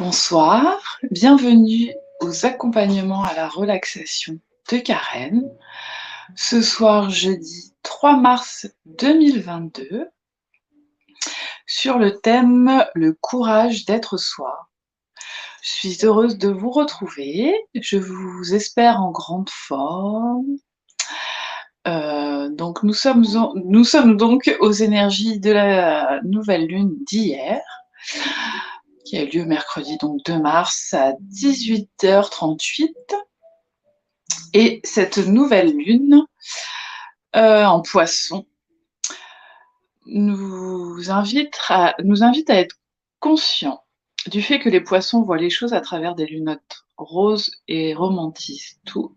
Bonsoir, bienvenue aux accompagnements à la relaxation de Karen. Ce soir, jeudi 3 mars 2022, sur le thème Le courage d'être soi. Je suis heureuse de vous retrouver, je vous espère en grande forme. Donc nous sommes donc aux énergies de la nouvelle lune d'hier, qui a eu lieu mercredi donc 2 mars à 18h38. Et cette nouvelle lune en poisson nous invite à être conscients du fait que les poissons voient les choses à travers des lunettes roses et romantisent tout.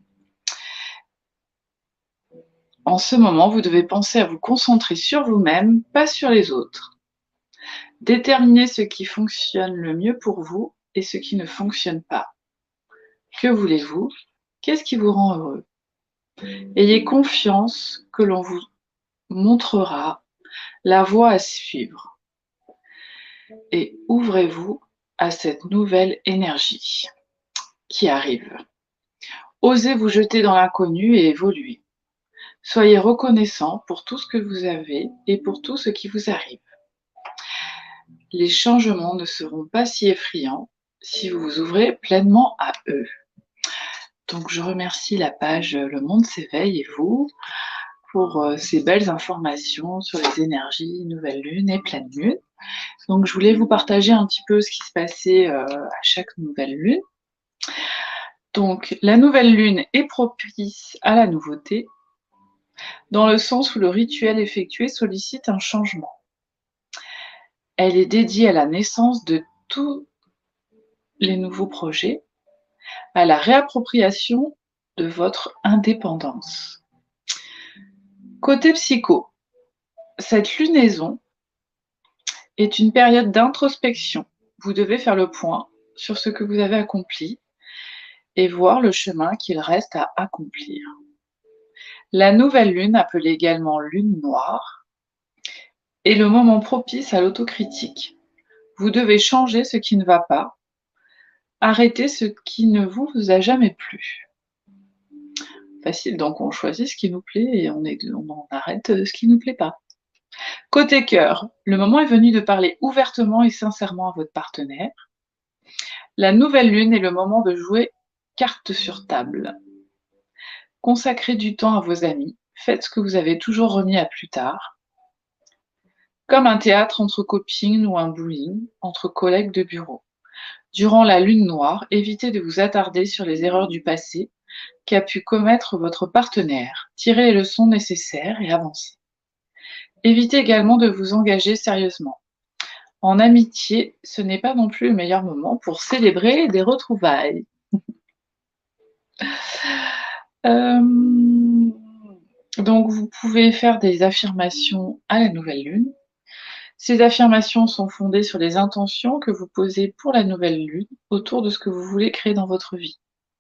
En ce moment, vous devez penser à vous concentrer sur vous-même, pas sur les autres. Déterminez ce qui fonctionne le mieux pour vous et ce qui ne fonctionne pas. Que voulez-vous? Qu'est-ce qui vous rend heureux? Ayez confiance que l'on vous montrera la voie à suivre et ouvrez-vous à cette nouvelle énergie qui arrive. Osez vous jeter dans l'inconnu et évoluer. Soyez reconnaissant pour tout ce que vous avez et pour tout ce qui vous arrive. Les changements ne seront pas si effrayants si vous vous ouvrez pleinement à eux. Donc je remercie la page Le Monde s'éveille et vous pour ces belles informations sur les énergies nouvelle lune et pleine lune. Donc je voulais vous partager un petit peu ce qui se passait à chaque nouvelle lune. Donc la nouvelle lune est propice à la nouveauté, dans le sens où le rituel effectué sollicite un changement. Elle est dédiée à la naissance de tous les nouveaux projets, à la réappropriation de votre indépendance. Côté psycho, cette lunaison est une période d'introspection. Vous devez faire le point sur ce que vous avez accompli et voir le chemin qu'il reste à accomplir. La nouvelle lune, appelée également lune noire, est le moment propice à l'autocritique. Vous devez changer ce qui ne va pas, arrêter ce qui ne vous a jamais plu. Facile, donc on choisit ce qui nous plaît et on arrête ce qui ne nous plaît pas. Côté cœur, le moment est venu de parler ouvertement et sincèrement à votre partenaire. La nouvelle lune est le moment de jouer carte sur table. Consacrez du temps à vos amis, faites ce que vous avez toujours remis à plus tard. Comme un théâtre entre copines ou un bowling entre collègues de bureau. Durant la lune noire, évitez de vous attarder sur les erreurs du passé qu'a pu commettre votre partenaire. Tirez les leçons nécessaires et avancez. Évitez également de vous engager sérieusement. En amitié, ce n'est pas non plus le meilleur moment pour célébrer des retrouvailles. Donc vous pouvez faire des affirmations à la nouvelle lune. Ces affirmations sont fondées sur les intentions que vous posez pour la nouvelle lune autour de ce que vous voulez créer dans votre vie.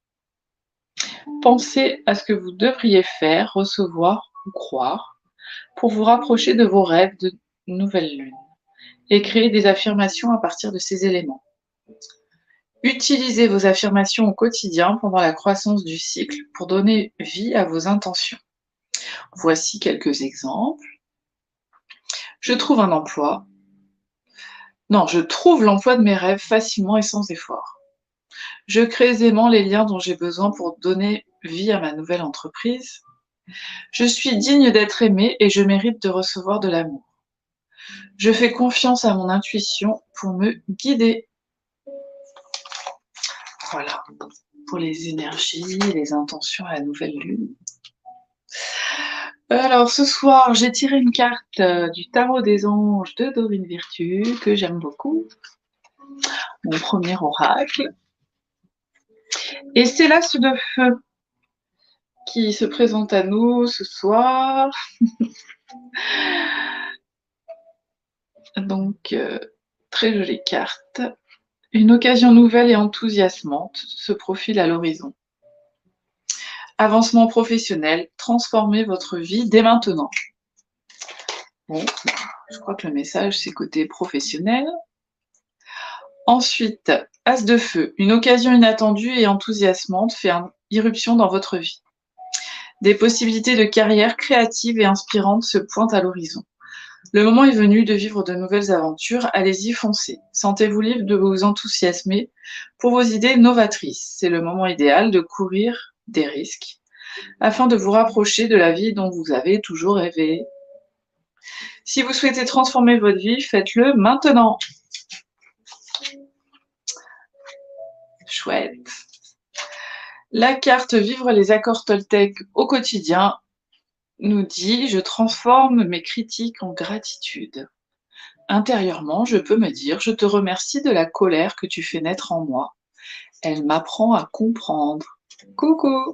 Pensez à ce que vous devriez faire, recevoir ou croire pour vous rapprocher de vos rêves de nouvelle lune et créer des affirmations à partir de ces éléments. Utilisez vos affirmations au quotidien pendant la croissance du cycle pour donner vie à vos intentions. Voici quelques exemples. Je trouve un emploi. Non, je trouve l'emploi de mes rêves facilement et sans effort. Je crée aisément les liens dont j'ai besoin pour donner vie à ma nouvelle entreprise. Je suis digne d'être aimée et je mérite de recevoir de l'amour. Je fais confiance à mon intuition pour me guider. Voilà, pour les énergies, les intentions à la nouvelle lune. Alors ce soir, j'ai tiré une carte du tarot des anges de Dorine Virtue, que j'aime beaucoup. Mon premier oracle. Et c'est l'as de feu qui se présente à nous ce soir. Donc, très jolie carte. Une occasion nouvelle et enthousiasmante se profile à l'horizon. Avancement professionnel, transformez votre vie dès maintenant. Bon, je crois que le message, c'est côté professionnel. Ensuite, As de feu, une occasion inattendue et enthousiasmante fait irruption dans votre vie. Des possibilités de carrière créatives et inspirantes se pointent à l'horizon. Le moment est venu de vivre de nouvelles aventures, allez-y, foncez. Sentez-vous libre de vous enthousiasmer pour vos idées novatrices. C'est le moment idéal de courir des risques afin de vous rapprocher de la vie dont vous avez toujours rêvé. Si vous souhaitez transformer votre vie, faites-le maintenant. Chouette. La carte Vivre les accords Toltec au quotidien nous dit « Je transforme mes critiques en gratitude. Intérieurement, je peux me dire « Je te remercie de la colère que tu fais naître en moi. Elle m'apprend à comprendre. Coucou !»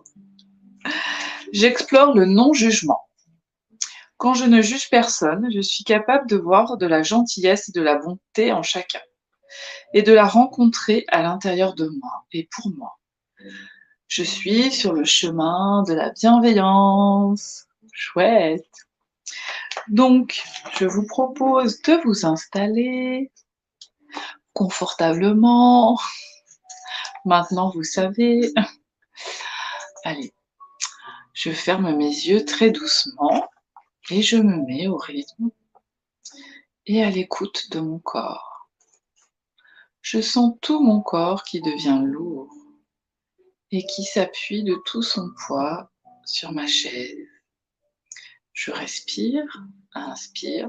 J'explore le non-jugement. Quand je ne juge personne, je suis capable de voir de la gentillesse et de la bonté en chacun et de la rencontrer à l'intérieur de moi et pour moi. Je suis sur le chemin de la bienveillance. Chouette. Donc, je vous propose de vous installer confortablement. Maintenant, vous savez. Allez, je ferme mes yeux très doucement et je me mets au rythme et à l'écoute de mon corps. Je sens tout mon corps qui devient lourd et qui s'appuie de tout son poids sur ma chaise. Je respire, inspire,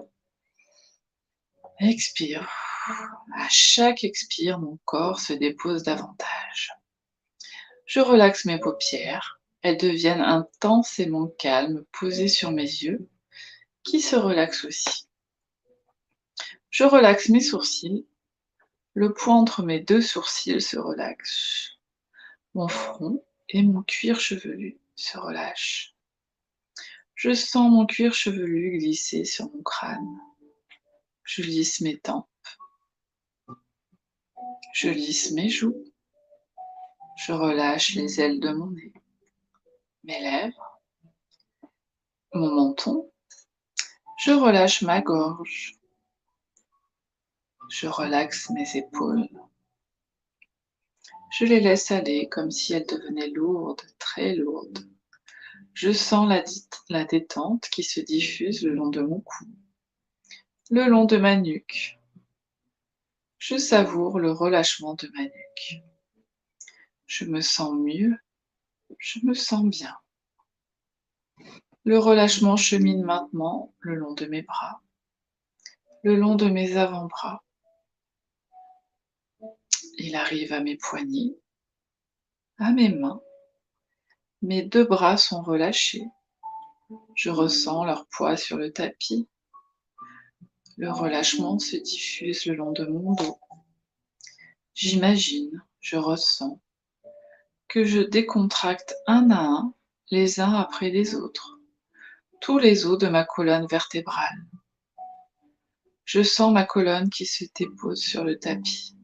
expire. À chaque expire, mon corps se dépose davantage. Je relaxe mes paupières. Elles deviennent intensément calmes, posées sur mes yeux, qui se relaxent aussi. Je relaxe mes sourcils. Le point entre mes deux sourcils se relaxe. Mon front et mon cuir chevelu se relâchent. Je sens mon cuir chevelu glisser sur mon crâne. Je lisse mes tempes. Je lisse mes joues. Je relâche les ailes de mon nez, mes lèvres, mon menton. Je relâche ma gorge. Je relaxe mes épaules. Je les laisse aller comme si elles devenaient lourdes, très lourdes. Je sens la détente qui se diffuse le long de mon cou, le long de ma nuque. Je savoure le relâchement de ma nuque. Je me sens mieux, je me sens bien. Le relâchement chemine maintenant le long de mes bras, le long de mes avant-bras. Il arrive à mes poignets, à mes mains. Mes deux bras sont relâchés. Je ressens leur poids sur le tapis. Le relâchement se diffuse le long de mon dos. J'imagine, je ressens que je décontracte un à un, les uns après les autres, tous les os de ma colonne vertébrale. Je sens ma colonne qui se dépose sur le tapis.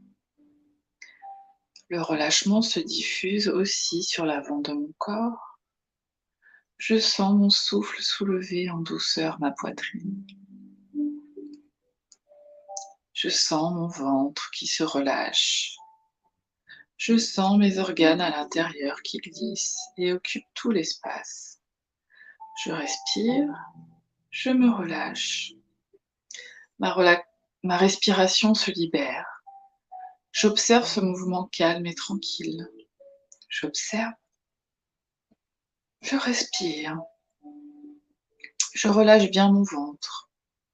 Le relâchement se diffuse aussi sur l'avant de mon corps. Je sens mon souffle soulever en douceur ma poitrine. Je sens mon ventre qui se relâche. Je sens mes organes à l'intérieur qui glissent et occupent tout l'espace. Je respire, je me relâche. Ma respiration se libère. J'observe ce mouvement calme et tranquille. J'observe. Je respire. Je relâche bien mon ventre.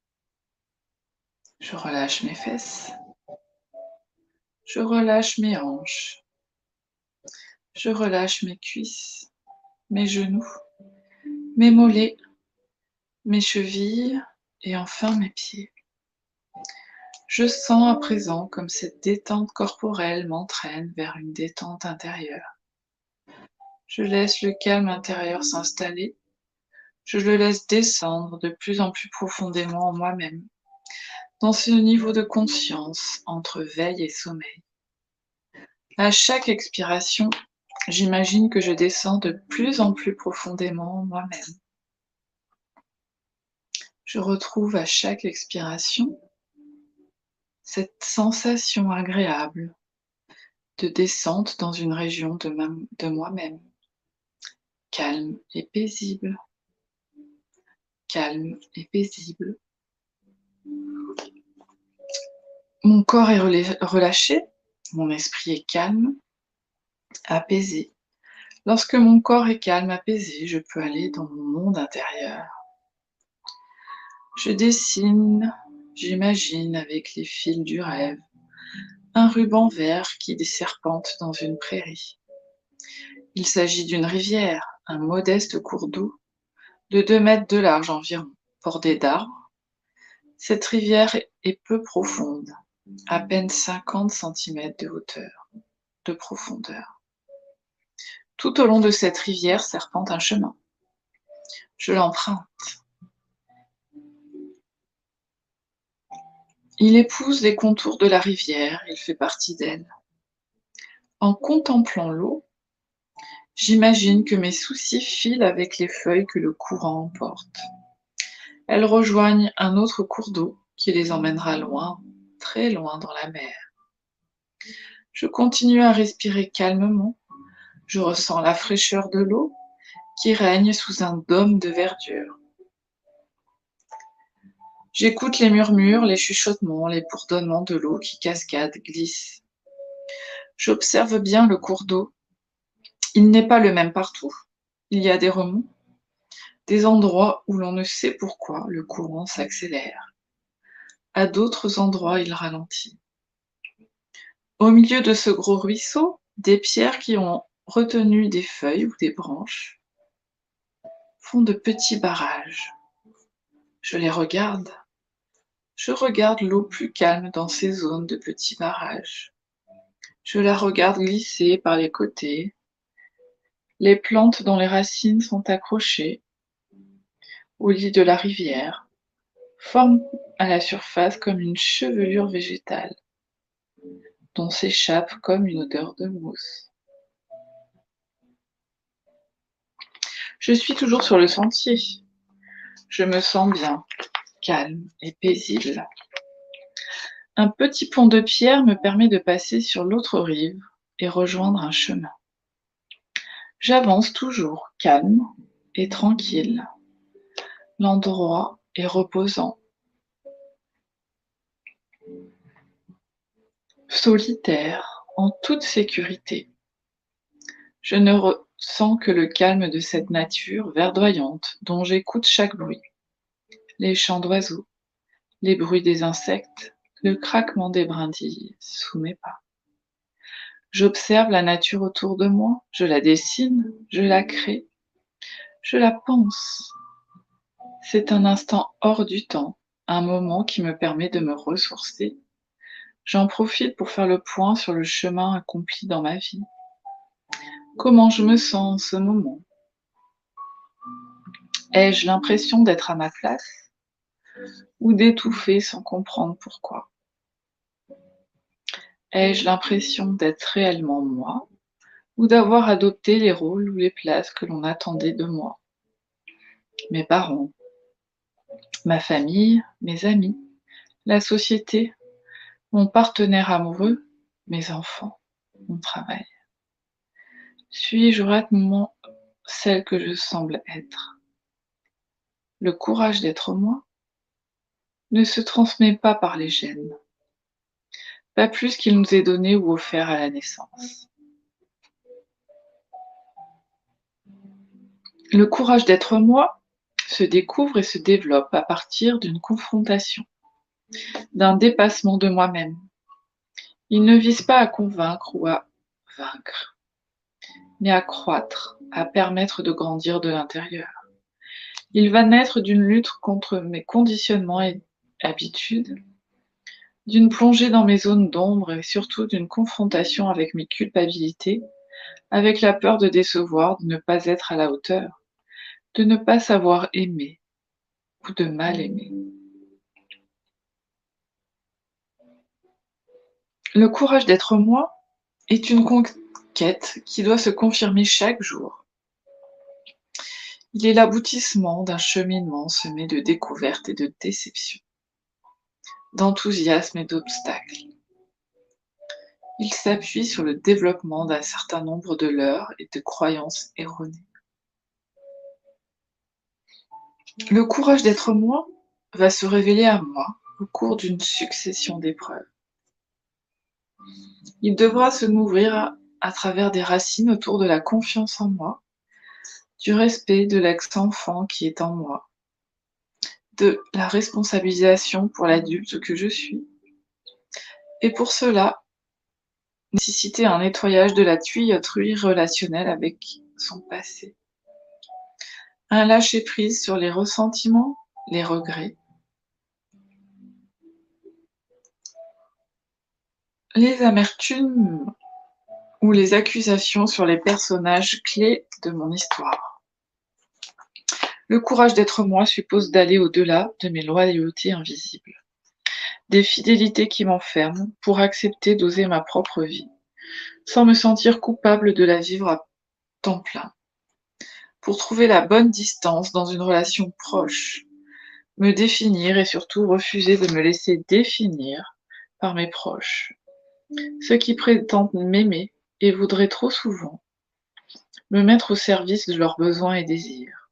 Je relâche mes fesses. Je relâche mes hanches. Je relâche mes cuisses, mes genoux, mes mollets, mes chevilles et enfin mes pieds. Je sens à présent comme cette détente corporelle m'entraîne vers une détente intérieure. Je laisse le calme intérieur s'installer. Je le laisse descendre de plus en plus profondément en moi-même, dans ce niveau de conscience entre veille et sommeil. À chaque expiration, j'imagine que je descends de plus en plus profondément en moi-même. Je retrouve à chaque expiration cette sensation agréable de descente dans une région de moi-même, calme et paisible, calme et paisible. Mon corps est relâché, mon esprit est calme, apaisé. Lorsque mon corps est calme, apaisé, je peux aller dans mon monde intérieur. Je dessine, j'imagine avec les fils du rêve, un ruban vert qui serpente dans une prairie. Il s'agit d'une rivière, un modeste cours d'eau de 2 mètres de large environ, bordé d'arbres. Cette rivière est peu profonde, à peine 50 centimètres de hauteur, de profondeur. Tout au long de cette rivière serpente un chemin. Je l'emprunte. Il épouse les contours de la rivière, il fait partie d'elle. En contemplant l'eau, j'imagine que mes soucis filent avec les feuilles que le courant emporte. Elles rejoignent un autre cours d'eau qui les emmènera loin, très loin dans la mer. Je continue à respirer calmement. Je ressens la fraîcheur de l'eau qui règne sous un dôme de verdure. J'écoute les murmures, les chuchotements, les bourdonnements de l'eau qui cascade, glisse. J'observe bien le cours d'eau. Il n'est pas le même partout. Il y a des remous, des endroits où l'on ne sait pourquoi le courant s'accélère. À d'autres endroits, il ralentit. Au milieu de ce gros ruisseau, des pierres qui ont retenu des feuilles ou des branches font de petits barrages. Je les regarde. Je regarde l'eau plus calme dans ces zones de petits barrages. Je la regarde glisser par les côtés. Les plantes dont les racines sont accrochées au lit de la rivière forment à la surface comme une chevelure végétale dont s'échappe comme une odeur de mousse. Je suis toujours sur le sentier. Je me sens bien, calme et paisible. Un petit pont de pierre me permet de passer sur l'autre rive et rejoindre un chemin. J'avance toujours, calme et tranquille. L'endroit est reposant, solitaire, en toute sécurité. Je ne ressens que le calme de cette nature verdoyante dont j'écoute chaque bruit. Les chants d'oiseaux, les bruits des insectes, le craquement des brindilles sous mes pas. J'observe la nature autour de moi, je la dessine, je la crée, je la pense. C'est un instant hors du temps, un moment qui me permet de me ressourcer. J'en profite pour faire le point sur le chemin accompli dans ma vie. Comment je me sens en ce moment? Ai-je l'impression d'être à ma place ou d'étouffer sans comprendre pourquoi? Ai-je l'impression d'être réellement moi ou d'avoir adopté les rôles ou les places que l'on attendait de moi? Mes parents, ma famille, mes amis, la société, mon partenaire amoureux, mes enfants, mon travail. Suis-je vraiment celle que je semble être? Le courage d'être moi ne se transmet pas par les gènes, pas plus qu'il nous est donné ou offert à la naissance. Le courage d'être moi se découvre et se développe à partir d'une confrontation, d'un dépassement de moi-même. Il ne vise pas à convaincre ou à vaincre, mais à croître, à permettre de grandir de l'intérieur. Il va naître d'une lutte contre mes conditionnements et habitudes, d'une plongée dans mes zones d'ombre et surtout d'une confrontation avec mes culpabilités, avec la peur de décevoir, de ne pas être à la hauteur, de ne pas savoir aimer ou de mal aimer. Le courage d'être moi est une conquête qui doit se confirmer chaque jour. Il est l'aboutissement d'un cheminement semé de découvertes et de déceptions, d'enthousiasme et d'obstacles. Il s'appuie sur le développement d'un certain nombre de leurres et de croyances erronées. Le courage d'être moi va se révéler à moi au cours d'une succession d'épreuves. Il devra se nourrir à travers des racines autour de la confiance en moi, du respect de l'ex-enfant qui est en moi, de la responsabilisation pour l'adulte que je suis. Et pour cela, nécessiter un nettoyage de la tuyauterie relationnelle avec son passé. Un lâcher-prise sur les ressentiments, les regrets, les amertumes ou les accusations sur les personnages clés de mon histoire. Le courage d'être moi suppose d'aller au-delà de mes loyautés invisibles, des fidélités qui m'enferment pour accepter d'oser ma propre vie, sans me sentir coupable de la vivre à temps plein, pour trouver la bonne distance dans une relation proche, me définir et surtout refuser de me laisser définir par mes proches, ceux qui prétendent m'aimer et voudraient trop souvent me mettre au service de leurs besoins et désirs.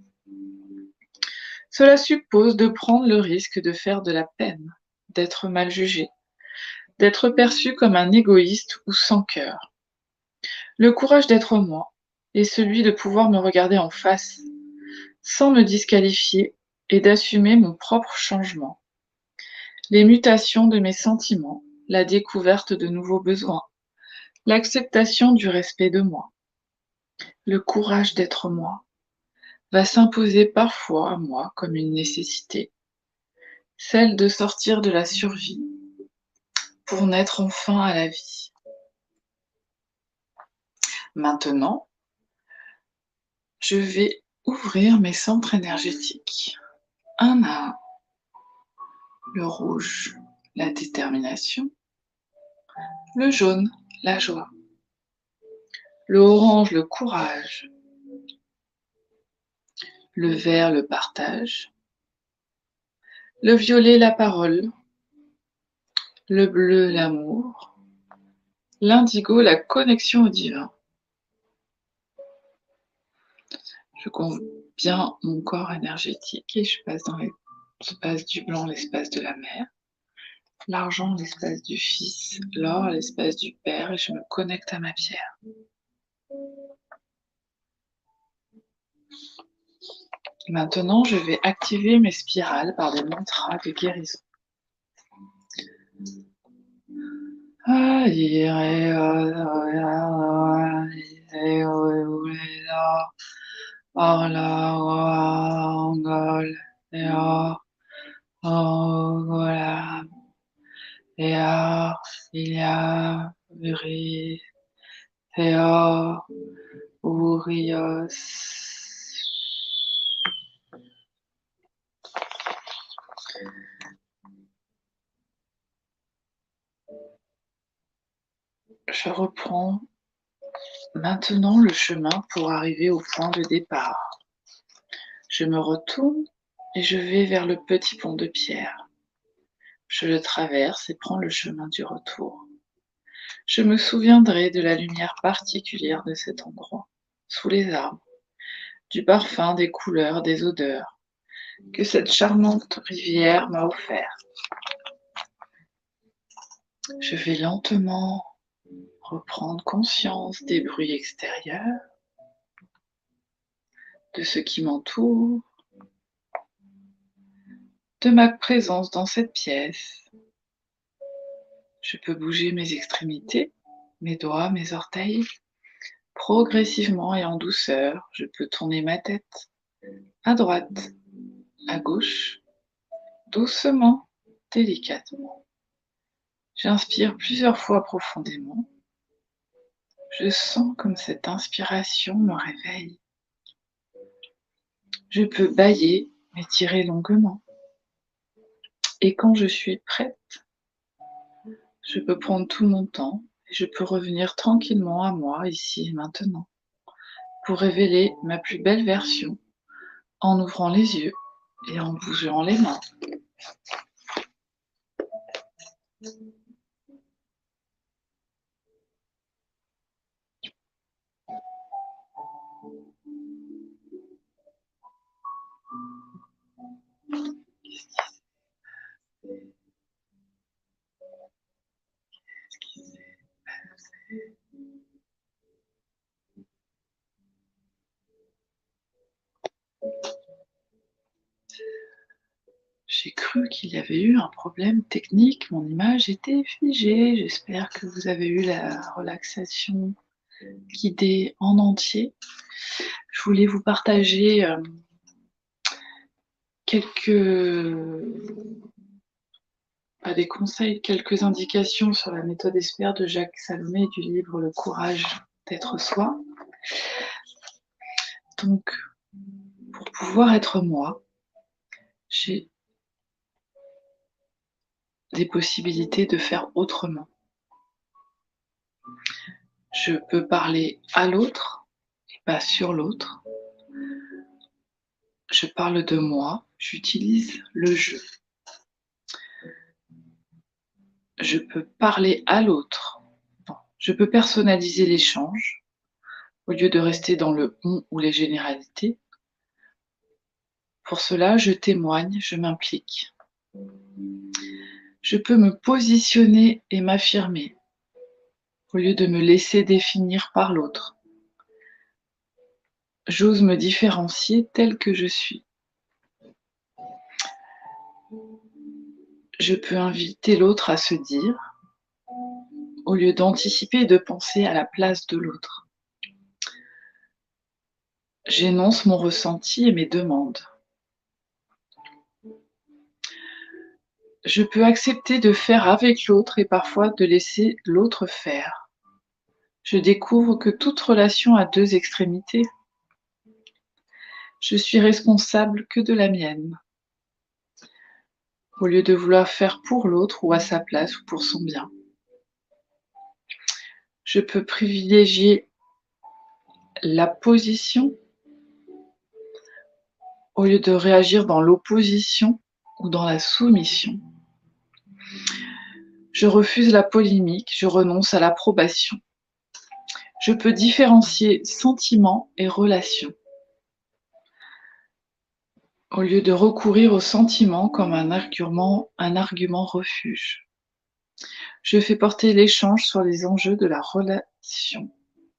Cela suppose de prendre le risque de faire de la peine, d'être mal jugé, d'être perçu comme un égoïste ou sans cœur. Le courage d'être moi est celui de pouvoir me regarder en face, sans me disqualifier et d'assumer mon propre changement, les mutations de mes sentiments, la découverte de nouveaux besoins, l'acceptation du respect de moi. Le courage d'être moi va s'imposer parfois à moi comme une nécessité, celle de sortir de la survie pour naître enfin à la vie. Maintenant, je vais ouvrir mes centres énergétiques, un à un. Le rouge, la détermination. Le jaune, la joie. Le orange, le courage. Le vert, le partage. Le violet, la parole. Le bleu, l'amour. L'indigo, la connexion au divin. Je compte bien mon corps énergétique et je passe dans l'espace du blanc, l'espace de la mer. L'argent, l'espace du fils. L'or, l'espace du père et je me connecte à ma pierre. Maintenant, je vais activer mes spirales par des mantras de guérison. Je reprends maintenant le chemin pour arriver au point de départ. Je me retourne et je vais vers le petit pont de pierre. Je le traverse et prends le chemin du retour. Je me souviendrai de la lumière particulière de cet endroit, sous les arbres, du parfum, des couleurs, des odeurs que cette charmante rivière m'a offert. Je vais lentement reprendre conscience des bruits extérieurs, de ce qui m'entoure, de ma présence dans cette pièce. Je peux bouger mes extrémités, mes doigts, mes orteils. Progressivement et en douceur, je peux tourner ma tête à droite, à gauche, doucement, délicatement. J'inspire plusieurs fois profondément. Je sens comme cette inspiration me réveille. Je peux bâiller, m'étirer longuement. Et quand je suis prête, je peux prendre tout mon temps et je peux revenir tranquillement à moi, ici et maintenant, pour révéler ma plus belle version en ouvrant les yeux et en bougeant les mains. J'ai cru qu'il y avait eu un problème technique, mon image était figée. J'espère que vous avez eu la relaxation guidée en entier. Je voulais vous partager des conseils, quelques indications sur la méthode ESPER de Jacques Salomé du livre Le courage d'être soi. Donc, pour pouvoir être moi, j'ai des possibilités de faire autrement. Je peux parler à l'autre et pas sur l'autre. Je parle de moi, j'utilise le je. Je peux parler à l'autre. Je peux personnaliser l'échange au lieu de rester dans le on ou les généralités. Pour cela, je témoigne, je m'implique. Je peux me positionner et m'affirmer au lieu de me laisser définir par l'autre. J'ose me différencier tel que je suis. Je peux inviter l'autre à se dire au lieu d'anticiper et de penser à la place de l'autre. J'énonce mon ressenti et mes demandes. Je peux accepter de faire avec l'autre et parfois de laisser l'autre faire. Je découvre que toute relation a deux extrémités. Je suis responsable que de la mienne, au lieu de vouloir faire pour l'autre ou à sa place ou pour son bien. Je peux privilégier la position au lieu de réagir dans l'opposition ou dans la soumission. Je refuse la polémique, je renonce à l'approbation. Je peux différencier sentiment et relation, au lieu de recourir au sentiment comme un argument refuge. Je fais porter l'échange sur les enjeux de la relation.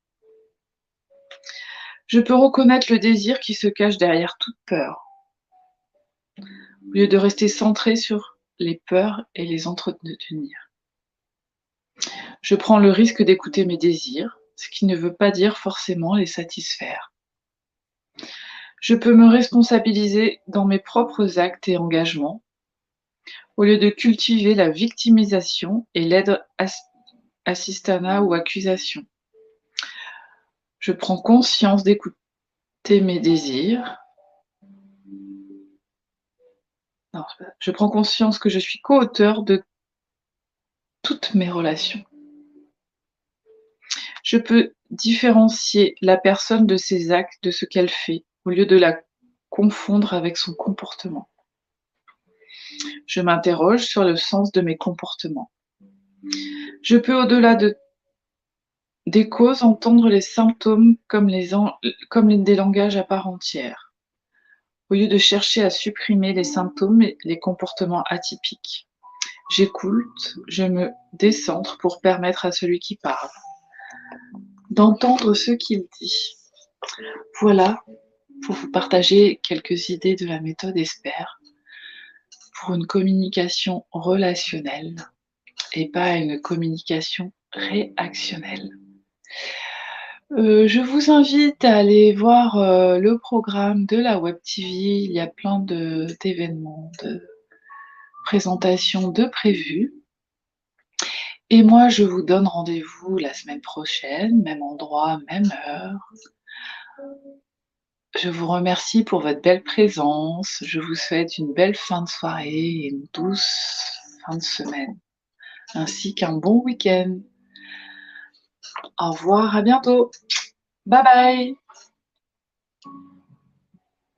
Je peux reconnaître le désir qui se cache derrière toute peur, au lieu de rester centré sur les peurs et les entretenir. Je prends le risque d'écouter mes désirs, ce qui ne veut pas dire forcément les satisfaire. Je peux me responsabiliser dans mes propres actes et engagements, au lieu de cultiver la victimisation et l'aide assistanat ou accusation. Je prends conscience d'écouter mes désirs. Non, je prends conscience que je suis co-auteur de toutes mes relations. Je peux différencier la personne de ses actes, de ce qu'elle fait, au lieu de la confondre avec son comportement. Je m'interroge sur le sens de mes comportements. Je peux, au-delà des causes, entendre les symptômes comme des langages à part entière, au lieu de chercher à supprimer les symptômes et les comportements atypiques. J'écoute, je me décentre pour permettre à celui qui parle d'entendre ce qu'il dit. Voilà, pour vous partager quelques idées de la méthode ESPER pour une communication relationnelle et pas une communication réactionnelle. Je vous invite à aller voir le programme de la Web TV. Il y a plein d'événements, de présentations de prévues. Et moi, je vous donne rendez-vous la semaine prochaine, même endroit, même heure. Je vous remercie pour votre belle présence. Je vous souhaite une belle fin de soirée et une douce fin de semaine, ainsi qu'un bon week-end. Au revoir, à bientôt. Bye bye.